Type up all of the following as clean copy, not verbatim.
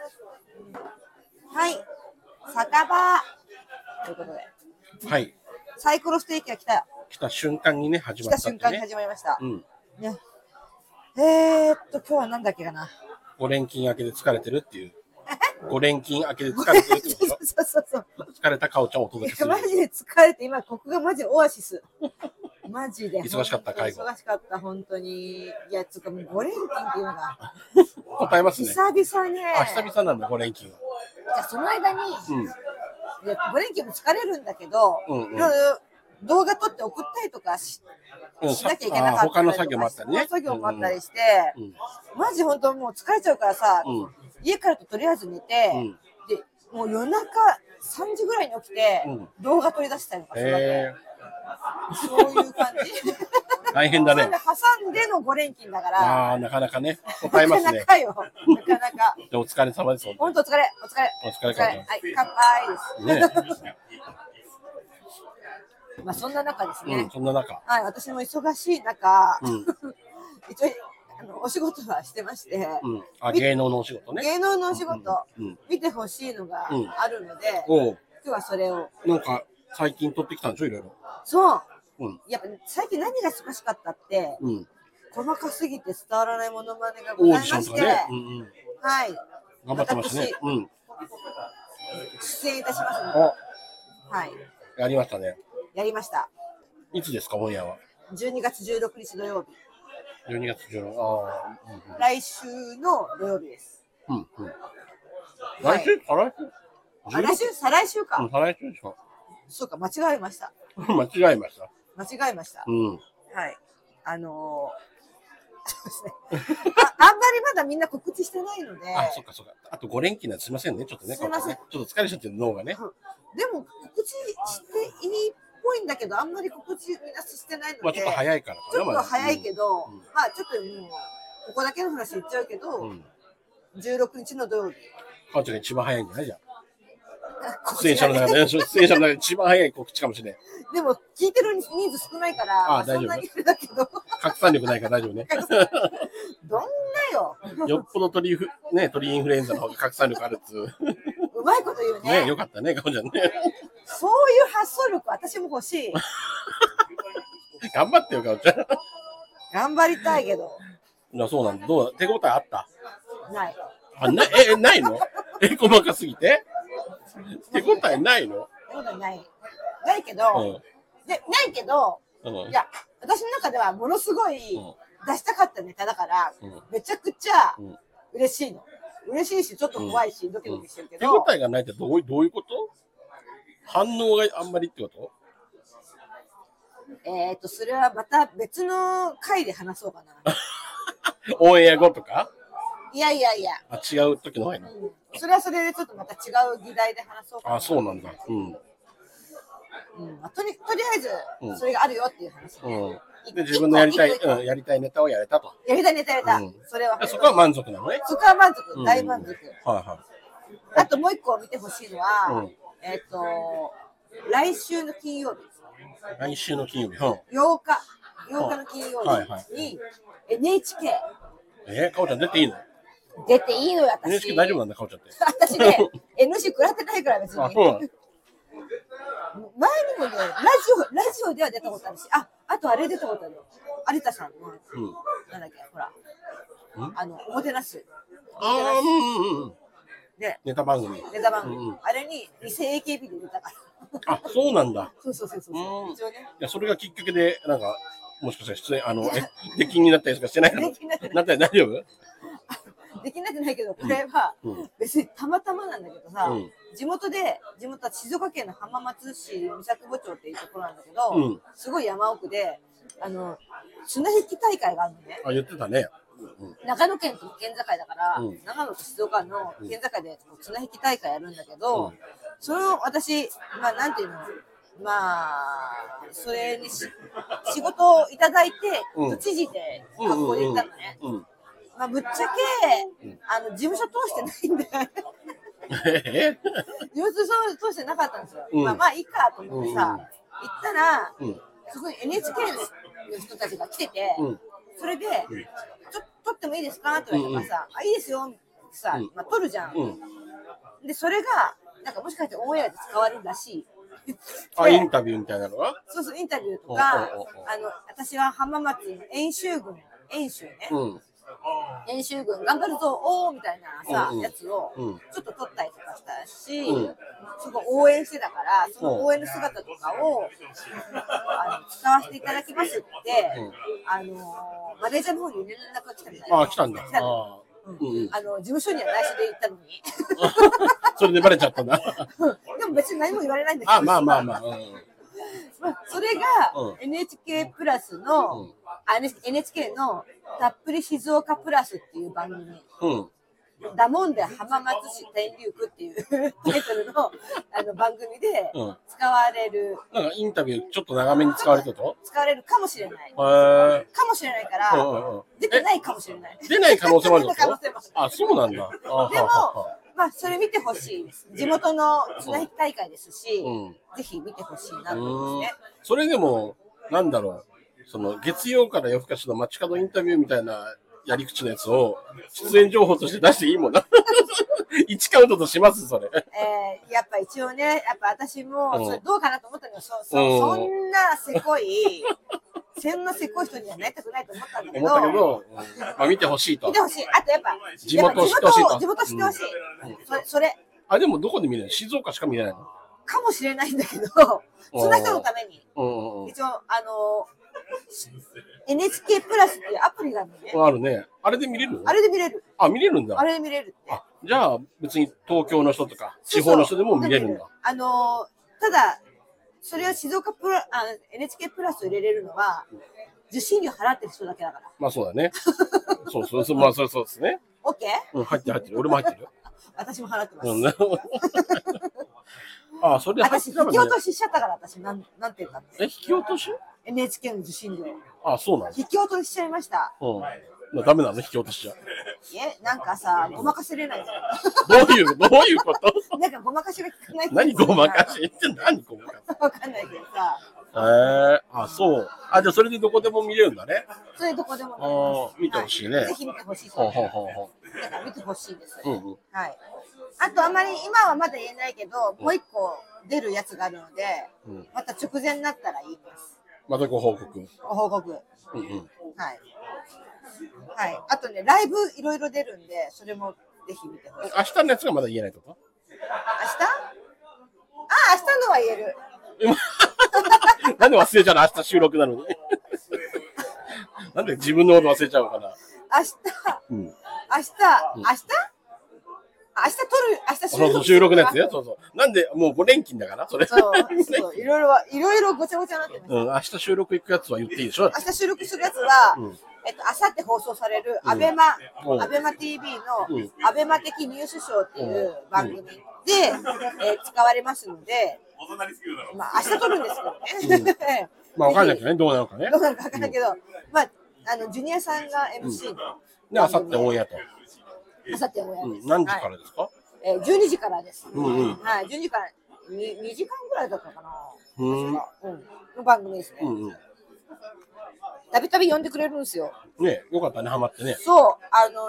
はい、酒場ということで、 はい、 サイコロステーキが来た瞬間にね始まったってね。 来た瞬間に始まりました。 うん。 ね、今日はなんだっけかな。 5連勤明けで疲れてるっていう。5連勤明けで疲れてるってことでしょ。 そう。 疲れたかおちゃんをお届けする。 マジで疲れて、今ここがマジオアシス。マジで忙しかった介護。 忙しかった本当に。いやつかもう5連勤っていうのが答えますね。 久々ね。 久々なんだ5連勤は。 じゃあその間に、5連勤も疲れるんだけど、いろいろ動画撮って送ったりとかしなきゃいけなかったりとか、 他の作業もあったりね。 作業もあったりして、マジ本当もう疲れちゃうからさ、家帰るととりあえず寝て、でもう夜中3時ぐらいに起きて、動画撮り出したりとかするわけ。そういう感じ。 大変だね。 挟んでの5連勤だから。 なかなかね。答えますね。 なかなか。 お疲れ様です。 本当お疲れ。 はい、 乾杯です。まあそんな中ですね。 そんな中。 はい、私も忙しい中、一応お仕事はしてまして、 芸能のお仕事ね。 芸能のお仕事、見てほしいのがあるので、今日はそれを。 なんか最近撮ってきたんでしょ、いろいろ。 そう。やっぱ最近何が忙しかったって、細かすぎて伝わらないモノマネがございまして、はい。 頑張ってましたね。 出演いたしますので、はい。 やりましたね。 やりました。 いつですか、オンエアは。 12月16日土曜日。 12月16日。 来週の土曜日です。 来週？ 再来週か。 再来週でしょ。 そうか、間違えました。 間違えました。 はい。そうですね。あんまりまだみんな告知してないので。 そうか。あと5連勤なんですいませんね、ちょっとね。 すいません。 ちょっと疲れちゃってる脳がね。 でも告知していいっぽいんだけど、あんまり告知みんなしてないので。 ちょっと早いから。 ちょっと早いけど、まあちょっともうここだけの話言っちゃうけど、16日の土曜日。 かおちゃんが一番早いんじゃないじゃん。出演者の中で一番早い告知かもしれない。 でも聞いてる人数少ないから、そんなにだけど。 拡散力ないから大丈夫ね。 どんなよ。 よっぽど鳥インフルエンザの方が拡散力あるっつう。 うまいこと言うね。 よかったね、かおちゃんね。 そういう発想力、私も欲しい。 頑張ってよ、かおちゃん。 頑張りたいけど。 そうなんだ。どう手応えあった？ ない。 ないの？細かすぎて？手応えないの？ ないけど、いや、私の中ではものすごい出したかったネタだから、めちゃくちゃ嬉しいの。嬉しいし、ちょっと怖いし、ドキドキしてるけど。 手応えがないってどういうこと？反応があんまりってこと？ それはまた別の回で話そうかな。 オンエア後とか？ いや。 違う時の方がいいの？ それはそれでちょっとまた違う議題で話そうかな。 そうなんだ。 とりあえずそれがあるよっていう話。 で自分のやりたいネタをやれたと。 やりた。それは。 そこは満足なのね。 そこは満足、大満足。 はい。 あともう一個見てほしいのは、来週の金曜日。 来週の金曜日。 8日の金曜日に NHK。 かおちゃん出ていいの？ 出ていいのよ、私。 NHK 大丈夫なんだ、かおちゃんって。 私ね、NC 食らってないから別に。前にもね、ラジオでは出たことあるし、あとあれ出たことある。有田さんの、なんだっけ、ほら、おもてなす。 ネタ番組。 あれに偽 AKB で出たから。 そうなんだ。 そう。 いや、それがきっかけで、なんか、もしかしたら出演、出禁になったりとかしてないの？なったら大丈夫？ できなくないけど、これは別にたまたまなんだけどさ、地元は静岡県の浜松市三佐久保町っていうところなんだけど、すごい山奥で綱引き大会があるのね。 言ってたね。 長野県と県境だから、長野と静岡の県境で綱引き大会やるんだけど、その私なんていうの、それに仕事をいただいて都知事で学校で行ったのね。ぶっちゃけ事務所通してないんで事務所通してなかったんですよ。いいかと思ってさ、行ったらそこに NHK の人たちが来てて、それで撮ってもいいですかって言われたからさ、いいですよ。 さ、まあ、撮るじゃん。で、それが、なんかもしかしてオンエアで使われるらしい。 あ、インタビューみたいなのはそうそう、インタビューとか、私は浜松の演習軍、演習ね。演習軍頑張るぞ、おーみたいなさ、やつをちょっと撮ったりとかしたし、すごい応援してたから、その応援の姿とかを使わせていただきますって、マネージャーの方に連絡が来たみたいな。 あ、来たんだ。 事務所には内緒で行ったのに。 それでバレちゃったんだ。 でも別に何も言われないんだけど。 まあ。 それが NHK プラスの、NHK のたっぷり静岡プラスっていう番組。だもんで浜松市天竜区っていうタイトルの番組で使われる、 なんかインタビューちょっと長めに使われたと？ 使われるかもしれない。かもしれないから、出てないかもしれない。 出ない可能性もあるの？あ、そうなんだ。でも、まあそれ見てほしいです。地元の綱引き大会ですし、ぜひ見てほしいなと思いますね。 それでもなんだろう、その月曜から夜更かしの街角インタビューみたいなやり口のやつを出演情報として出していいもんな。1カウントとしますそれ。 やっぱ一応ね、やっぱ私もそれどうかなと思ったけど、そんなせこい人にはなりたくないと思ったんだけど、 まあ見てほしいと。 見てほしい。あとやっぱ地元を知ってほしいと。 地元知ってほしい。それ。 あ、でもどこで見れるの？静岡しか見れないの？ かもしれないんだけど、その人のために一応NHK プラスっていうアプリがあるのね。 あるね。あれで見れるの？ あれで見れる。 あ、見れるんだ。 あれで見れるって。 あ、じゃあ別に東京の人とか地方の人でも見れるんだ。 ただそれをNHK プラス入れれるのは受信料払ってる人だけだから。 まあそうだね。そうまあそうですね。 オッケー？入ってる。俺も入ってるよ。 私も払ってます。 あ、それで私引き落とししちゃったから私なんて言ったって。 引き落とし ？NHK の受信料。 あ、そうなん引き落とししちゃいました。 ダメなの？引き落としちゃ。 なんかさ、ごまかせれない。 どういうことなんかごまかしが効かない。 何ごまかしって何ごまかしわかんないけどさ。 あ、そう。あ、じゃあそれでどこでも見れるんだね。 それどこでも見てほしいね。 ぜひ見てほしい。 だから見てほしいです。はい。あとあまり今はまだ言えないけど、もう一個出るやつがあるので、また直前になったら言います。 またご報告。 はい。はい。あとね、ライブいろいろ出るんで、それもぜひ見てほしい。 明日のやつがまだ言えないとか？ 明日のは言える。 なんで忘れちゃうの？明日収録なのに。なんで自分のこと忘れちゃうのかな？ 明日収録のやつね。なんでもう5連勤だからそれ。 いろいろごちゃごちゃになってます。明日収録行くやつは言っていいでしょ？ 明日収録するやつは、明後日放送されるアベマ TV のアベマ的ニュースショーっていう番組で使われますので、まあ明日撮るんですけどね。 まあわかんないけどね、どうなのかね。 どうなのかわかんないけど、まあジュニアさんが MC で。 で、明後日オンエアと。 明後日オンエアです。 何時からですか ？12時からです。はい、12時から2時間ぐらいだったかな。の番組ですね。たびたび呼んでくれるんですよ。 ね、よかったね、ハマってね。 そう、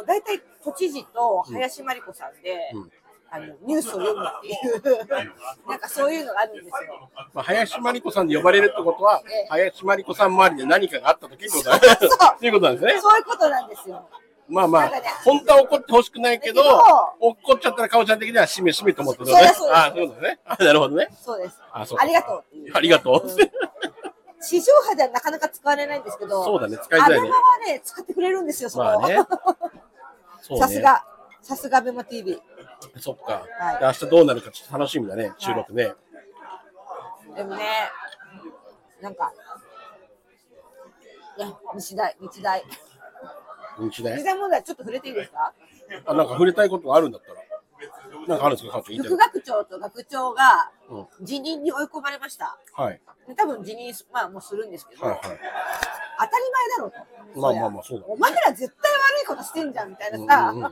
大体都知事と林真理子さんで、ニュースを読むっていうなんかそういうのがあるんですよ。 まあ、林真理子さんで呼ばれるってことは、林真理子さん周りで何かがあった時ってことだね。そういうことなんですね。 そういうことなんですよ。 まあまあ、本当は怒ってほしくないけど、怒っちゃったらかおちゃん的にはしめしめと思ってるのね。あ、そういうことね。なるほどね。 そうです。ありがとう。 ありがとう。 地上波ではなかなか使われないんですけど、 そうだね、使いづらいね。 アベマはね、使ってくれるんですよ、そこ。まあね。さすがアベマ TV。 そっか。明日どうなるかちょっと楽しみだね、収録ね。 でもね、なんか、日大問題ちょっと触れていいですか？ なんか触れたいことがあるんだったら。なんかあるんですか？ 副学長と学長が辞任に追い込まれました。 はい。 多分辞任もうするんですけど、当たり前だろうと。 まあそうだ。 お前ら絶対悪いことしてんじゃんみたいなさ。マ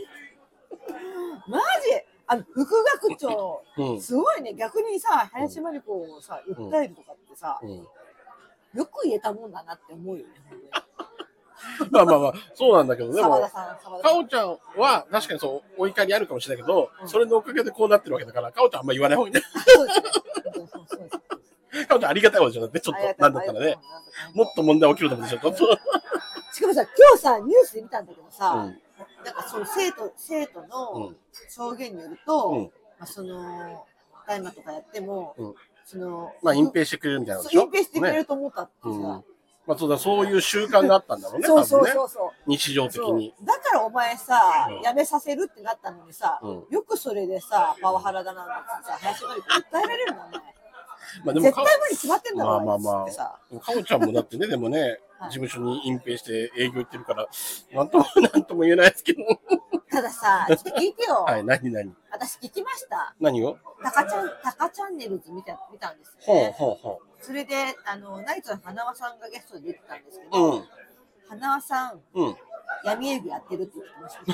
ジ副学長、すごいね、逆にさ、林真理子をさ、訴えるとかってさ、よく言えたもんだなって思うよね。 まあまあまあ、そうなんだけど、でも、 澤田さん、澤田さん。 かおちゃんは確かにそう、お怒りあるかもしれないけど、それのおかげでこうなってるわけだから、かおちゃんあんま言わない方がいいね。 そうですよ。そうです。 かおちゃんありがたい方じゃなくて、ちょっと、なんだったらね、もっと問題起きると思うんでしょ、ちょっと。 しかもさ、今日さ、ニュースで見たんだけどさ、なんかその生徒の証言によると、まあ、その、大麻とかやっても、その、 まあ、隠蔽してくれるみたいなのでしょ。 隠蔽してくれると思ったってさ。 まあ、そういう習慣があったんだろうね、 そうそう多分ね。 そうそう。 日常的に。 だからお前さ、辞めさせるってなったのにさ、よくそれでさ、パワハラだなんてさ、林真理子訴えられるのね。 まあでも絶対無理決まってんだろ、 まあまあまあ。かおちゃんもだってね、でもね、事務所に隠蔽して営業行ってるから、なんとも言えないですけど。 たださ、ちょっと聞いてよ。 はい、何私聞きました。 何をタカチャンネルズ見たんですよね。 ほう。 それで、ナイツの花輪さんがゲストで出てたんですけど、花輪さん、闇営業やってるって言ってました。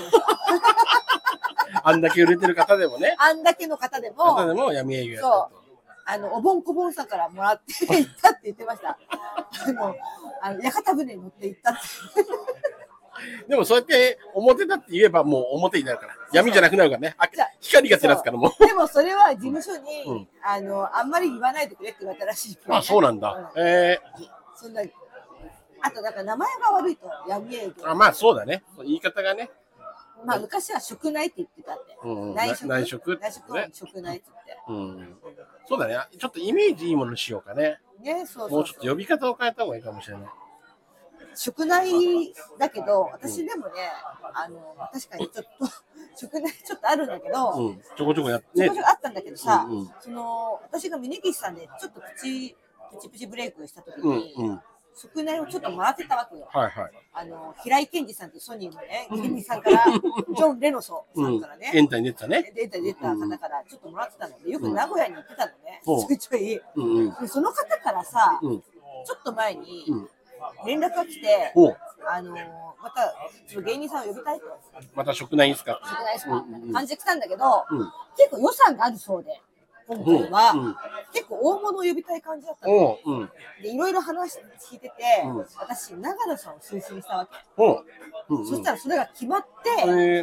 あんだけ売れてる方でもね。 あんだけの方でも闇営業やってると。 おぼんこぼんさんからもらって行ったって言ってました。屋形船に乗って行ったって。 でもそうやって表だって言えばもう表になるから。闇じゃなくなるからね。光が照らすからもう。 でもそれは事務所に、あんまり言わないでくれって言われたらしいけど、ね。 あ、そうなんだ。 そんな、あとなんか名前が悪いと闇営業。 まあそうだね。言い方がね。 まあ昔は食内って言ってたって。 内職は食内って言って。 そうだね。ちょっとイメージいいものにしようかね。もうちょっと呼び方を変えた方がいいかもしれない。 食内だけど、私でもね、確かにちょっと、食内ちょっとあるんだけど、 ちょこちょこやってね。ちょこちょこあったんだけどさ、私が峯岸さんでちょっとプチプチブレイクした時に、食内をちょっともらってたわけよ。平井堅二さんってソニーのね、芸人さんから、ジョン・レノソさんからね、 エンタに出てたね。 出た方からちょっともらってたので、よく名古屋に行ってたのね、ちょいちょい。その方からさ、ちょっと前に連絡が来て、また芸人さんを呼びたいと。 また食内いいですか？ 食内いいですか？感じで来たんだけど、結構予算があるそうで。今回は、結構大物を呼びたい感じだったので、いろいろ話聞いてて、私、長野さんを推薦したわけ。そしたらそれが決まって、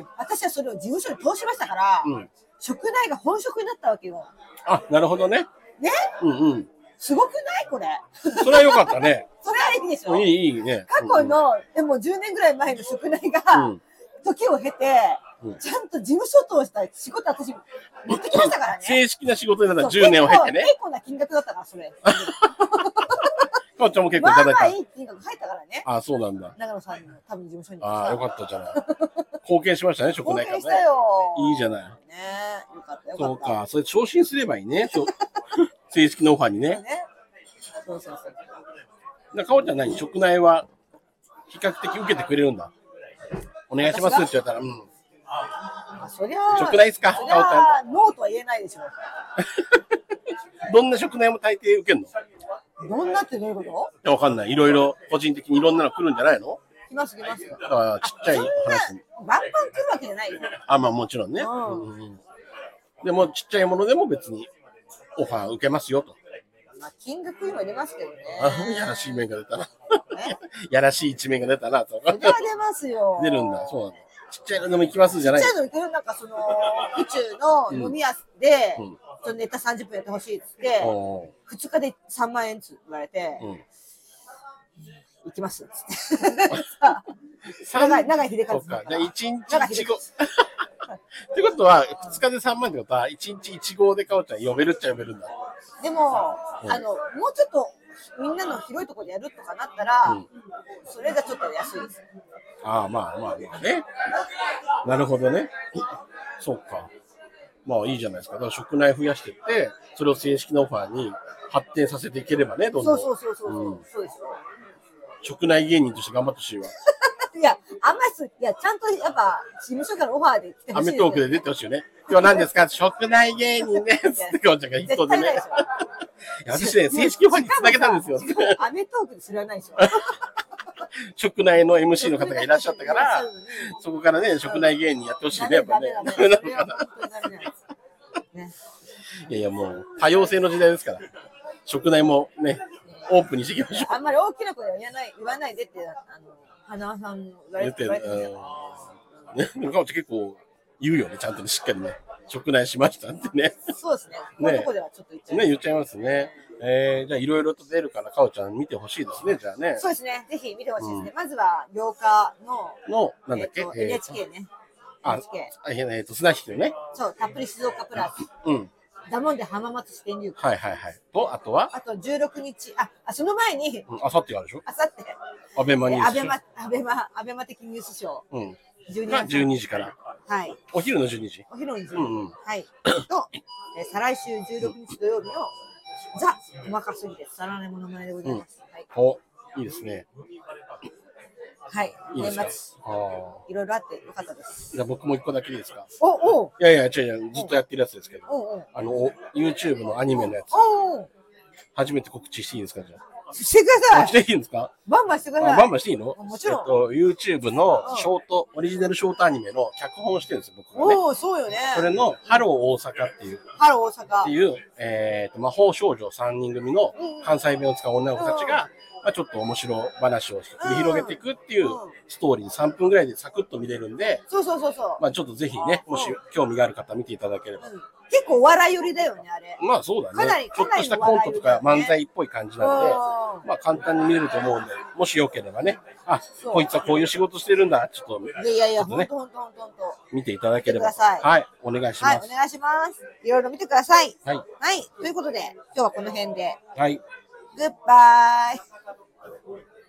私はそれを事務所に通しましたから、食内が本職になったわけよ。 あ、なるほどね。 ね？すごくないこれ。 それは良かったね。 それはいいでしょ？ いいね。 過去の、でも10年ぐらい前の食内が、時を経て、ちゃんと事務所通した仕事私持ってきましたからね。 正式な仕事になったら10年を経てね。 結構な金額だったから、それ。 かおちゃんも結構いただいた。 まあいい金額入ったからね。 あ、そうなんだ。 長野さんの多分事務所に。 あ、よかったじゃない。貢献しましたね、食内からね。 貢献したよ。 いいじゃない。 ね、よかったよかった。 そうか、それ昇進すればいいね。正式のオファーにね。 そう。 かおちゃん何？食内は比較的受けてくれるんだ。お願いしますって言ったら、 そりゃ食内ですか？かおちゃん。ノーとは言えないでしょ。 どんな食内も大抵受けるの？ どんなってどういうこと？わかんない。いろいろ個人的にいろんなの来るんじゃないの？ 来ます。 だからちっちゃい話。 バンバン来るわけじゃないよ。 まあもちろんね。でもちっちゃいものでも別にオファー受けますよと。 金額にも入れますけどね。 やらしい面が出たな。やらしい一面が出たなと。 それは出ますよ。 出るんだ。そうなんだ。ちっちゃいのでも行きますじゃない。 ちっちゃいの行くなんかその宇宙の飲み屋で、そのネタ30分やってほしいっつって、2日で3万円つ言われて、行きますっつって。長井秀和さんから。 じゃあ1日1号。ってことは2日で3万ってことは1日1号でかおちゃん呼べるっちゃ呼べるんだ。 でも、もうちょっとみんなの広いところでやるとかなったら、それがちょっと安いです。 まあね。なるほどね。そうか。まあいいじゃないですか。だから食内増やしていって、それを正式なオファーに発展させていければね、どんどん。 そうですよ。 食内芸人として頑張ってほしいわ。 いや、ちゃんとやっぱ事務所からオファーで来てほしい。 アメトークで出てほしいよね。今日何ですか？食内芸人ですってかおちゃんが一頭でね。私ね、正式オファーにつなげたんですよ。 アメトークでそれはないでしょ。 食内の MC の方がいらっしゃったから、そこからね、食内芸人やってほしいね、やっぱね。ダメなのかな。いやもう多様性の時代ですから、食内もね、オープンにしていきましょう。 あんまり大きな声は言わないでって花輪さんが言ってる。ね、でもかおちゃん結構言うよね、ちゃんとね、しっかりね。食内しましたってね。 そうですね。こういうとこではちょっと言っちゃいます。 ね、言っちゃいますね。じゃあいろいろと出るから、かおちゃん見てほしいですね、じゃあね。 そうですね。ぜひ見てほしいですね。まずは8日の、 なんだっけ、 NHK ね。 NHK。綱引きのね。 そう、たっぷり静岡プラス。 うん。 だもんで浜松市天竜区。 はいはいはい。と、あとはあと16日、その前に、 あさってがあるでしょ。 あさって、 アベマニュース。 アベマ的ニュースショー。 うん。 12 時から。 はい。 お昼の12時。 お昼の12時。はい。と、再来週16日土曜日のザ・細かすぎてさらねものまねでございます。はい。 お、いいですね。 はい。 いいですか。 年末。いろいろあってよかったです。 じゃあ僕も一個だけいいですか。いや、違う、ずっとやってるやつですけど。YouTube のアニメのやつ。初めて告知していいですか、じゃあ。 してください。 していいんですか。 バンバンしてください。 バンバンしていいの。 もちろん。 YouTube のオリジナルショートアニメの脚本をしてるんですよ、僕がね。 そうよね。 それのハロー大阪っていう。 ハロー大阪。 っていう、魔法少女3人組の関西弁を使う女の子たちが、ちょっと面白話を繰り広げていくっていうストーリー3分ぐらいでサクッと見れるんで、 そう。 ちょっとぜひね、もし興味がある方見ていただければ。 結構お笑い寄りだよね、あれ。 まあそうだね。ちょっとしたコントとか漫才っぽい感じなので、簡単に見れると思うんで、もしよければね、こいつはこういう仕事してるんだ、ちょっと、 いや、ほんと。 見ていただければ。はい、お願いします。 はい、お願いします。いろいろ見てください。 はい。 はい、ということで、今日はこの辺で。 はい。 グッバイ。